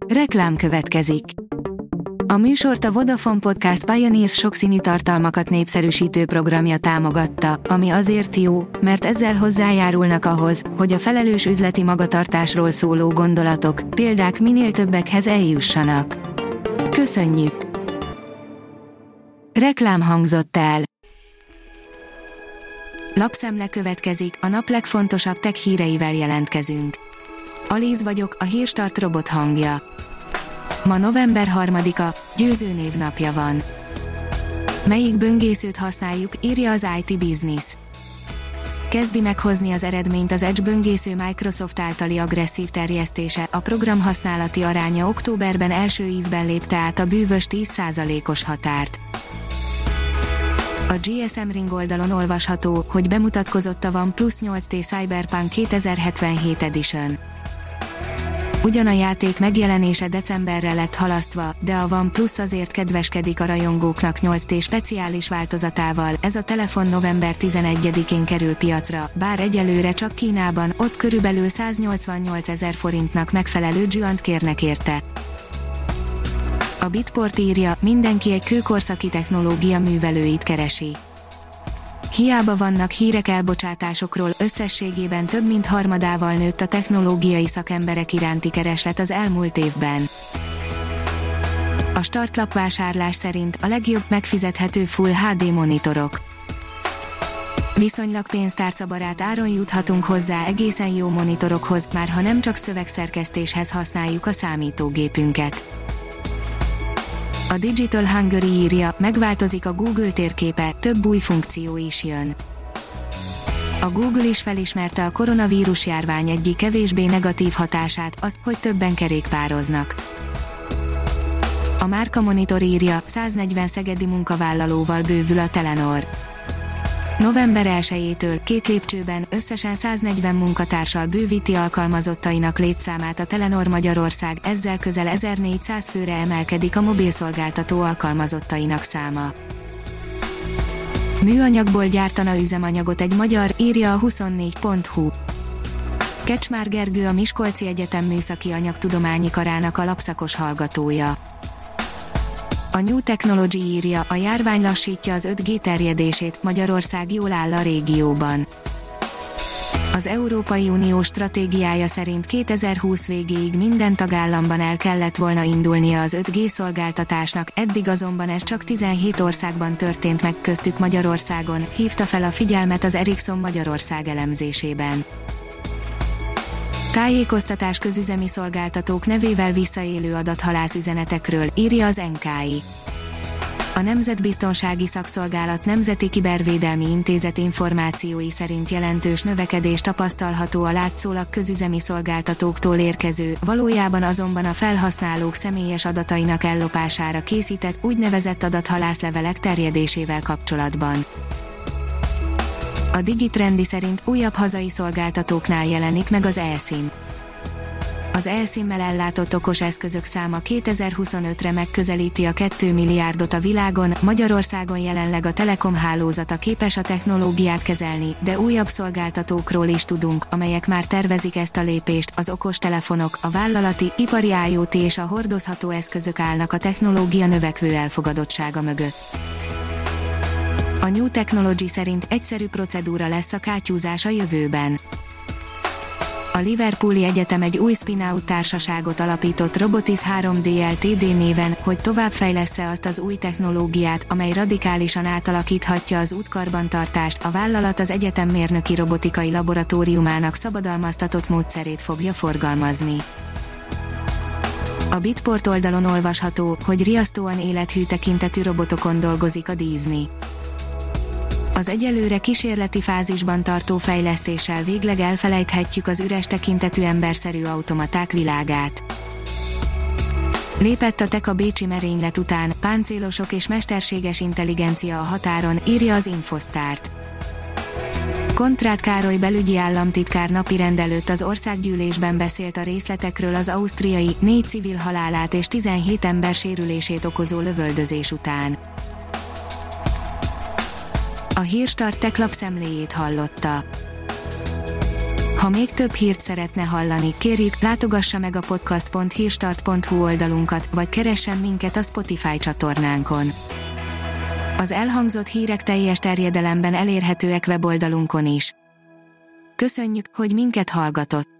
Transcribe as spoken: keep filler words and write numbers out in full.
Reklám következik. A műsort a Vodafone Podcast Pioneers sokszínű tartalmakat népszerűsítő programja támogatta, ami azért jó, mert ezzel hozzájárulnak ahhoz, hogy a felelős üzleti magatartásról szóló gondolatok, példák minél többekhez eljussanak. Köszönjük! Reklám hangzott el. Lapszemle következik, a nap legfontosabb tech híreivel jelentkezünk. Alíz vagyok, a Hírstart robot hangja. Ma november harmadika, Győző névnapja van. Melyik böngészőt használjuk, írja az i té Business. Kezdi meghozni az eredményt az Edge böngésző Microsoft általi agresszív terjesztése, a program használati aránya októberben első ízben lépte át a bűvös tíz százalékos határt. A gé es em Ring oldalon olvasható, hogy bemutatkozott a OnePlus nyolc té Cyberpunk kétezer-hetvenhét Edition. Ugyan a játék megjelenése decemberre lett halasztva, de a OnePlus azért kedveskedik a rajongóknak nyolc té speciális változatával, ez a telefon november tizenegyedikén kerül piacra, bár egyelőre csak Kínában, ott körülbelül száznyolcvannyolcezer forintnak megfelelő dzsüant kérnek érte. A Bitport írja, mindenki egy kőkorszaki technológia művelőit keresi. Hiába vannak hírek elbocsátásokról, összességében több mint harmadával nőtt a technológiai szakemberek iránti kereslet az elmúlt évben. A startlap vásárlás szerint a legjobb megfizethető Full há dé monitorok. Viszonylag pénztárcabarát áron juthatunk hozzá egészen jó monitorokhoz, már ha nem csak szövegszerkesztéshez használjuk a számítógépünket. A Digital Hungary írja, megváltozik a Google térképe, több új funkció is jön. A Google is felismerte a koronavírus járvány egyik kevésbé negatív hatását, azt, hogy többen kerékpároznak. A Márka Monitor írja, száznegyven szegedi munkavállalóval bővül a Telenor. november elsejétől két lépcsőben összesen száznegyven munkatársal bővíti alkalmazottainak létszámát a Telenor Magyarország, ezzel közel ezernégyszáz főre emelkedik a mobilszolgáltató alkalmazottainak száma. Műanyagból gyártana üzemanyagot egy magyar, írja a huszonnégy pont hu. Kecsmár Gergő a Miskolci Egyetem Műszaki Anyagtudományi Karának alapszakos hallgatója. A New Technology írja, a járvány lassítja az öt gé terjedését, Magyarország jól áll a régióban. Az Európai Unió stratégiája szerint kétezer-húsz végéig minden tagállamban el kellett volna indulnia az öt gé szolgáltatásnak, eddig azonban ez csak tizenhét országban történt meg, köztük Magyarországon, hívta fel a figyelmet az Ericsson Magyarország elemzésében. Tájékoztatás közüzemi szolgáltatók nevével visszaélő adathalász üzenetekről, írja az en ká i. A Nemzetbiztonsági Szakszolgálat Nemzeti Kibervédelmi Intézet információi szerint jelentős növekedés tapasztalható a látszólag közüzemi szolgáltatóktól érkező, valójában azonban a felhasználók személyes adatainak ellopására készített úgynevezett adathalászlevelek terjedésével kapcsolatban. A Digitrendi szerint újabb hazai szolgáltatóknál jelenik meg az eSIM. Az eSIM-mel ellátott okos eszközök száma kétezer-huszonötre megközelíti a két milliárdot a világon, Magyarországon jelenleg a Telekom hálózata képes a technológiát kezelni, de újabb szolgáltatókról is tudunk, amelyek már tervezik ezt a lépést, az okostelefonok, a vállalati, ipari IoT és a hordozható eszközök állnak a technológia növekvő elfogadottsága mögött. A New Technology szerint egyszerű procedúra lesz a kátyúzás a jövőben. A Liverpooli Egyetem egy új spin-out társaságot alapított Robotics három dé Ltd néven, hogy továbbfejlessze azt az új technológiát, amely radikálisan átalakíthatja az útkarbantartást, a vállalat az egyetem mérnöki robotikai laboratóriumának szabadalmaztatott módszerét fogja forgalmazni. A Bitport oldalon olvasható, hogy riasztóan élethű tekintetű robotokon dolgozik a Disney. Az egyelőre kísérleti fázisban tartó fejlesztéssel végleg elfelejthetjük az üres tekintetű emberszerű automaták világát. Lépett a tek a bécsi merénylet után, páncélosok és mesterséges intelligencia a határon, írja az Infosztárt. Kontrát Károly belügyi államtitkár napirend előtt az országgyűlésben beszélt a részletekről az ausztriai, négy civil halálát és tizenhét ember sérülését okozó lövöldözés után. A Hírstart tech lapszemléjét hallotta. Ha még több hírt szeretne hallani, kérjük, látogassa meg a podcast pont hírstart pont hu oldalunkat, vagy keressen minket a Spotify csatornánkon. Az elhangzott hírek teljes terjedelemben elérhetőek weboldalunkon is. Köszönjük, hogy minket hallgatott!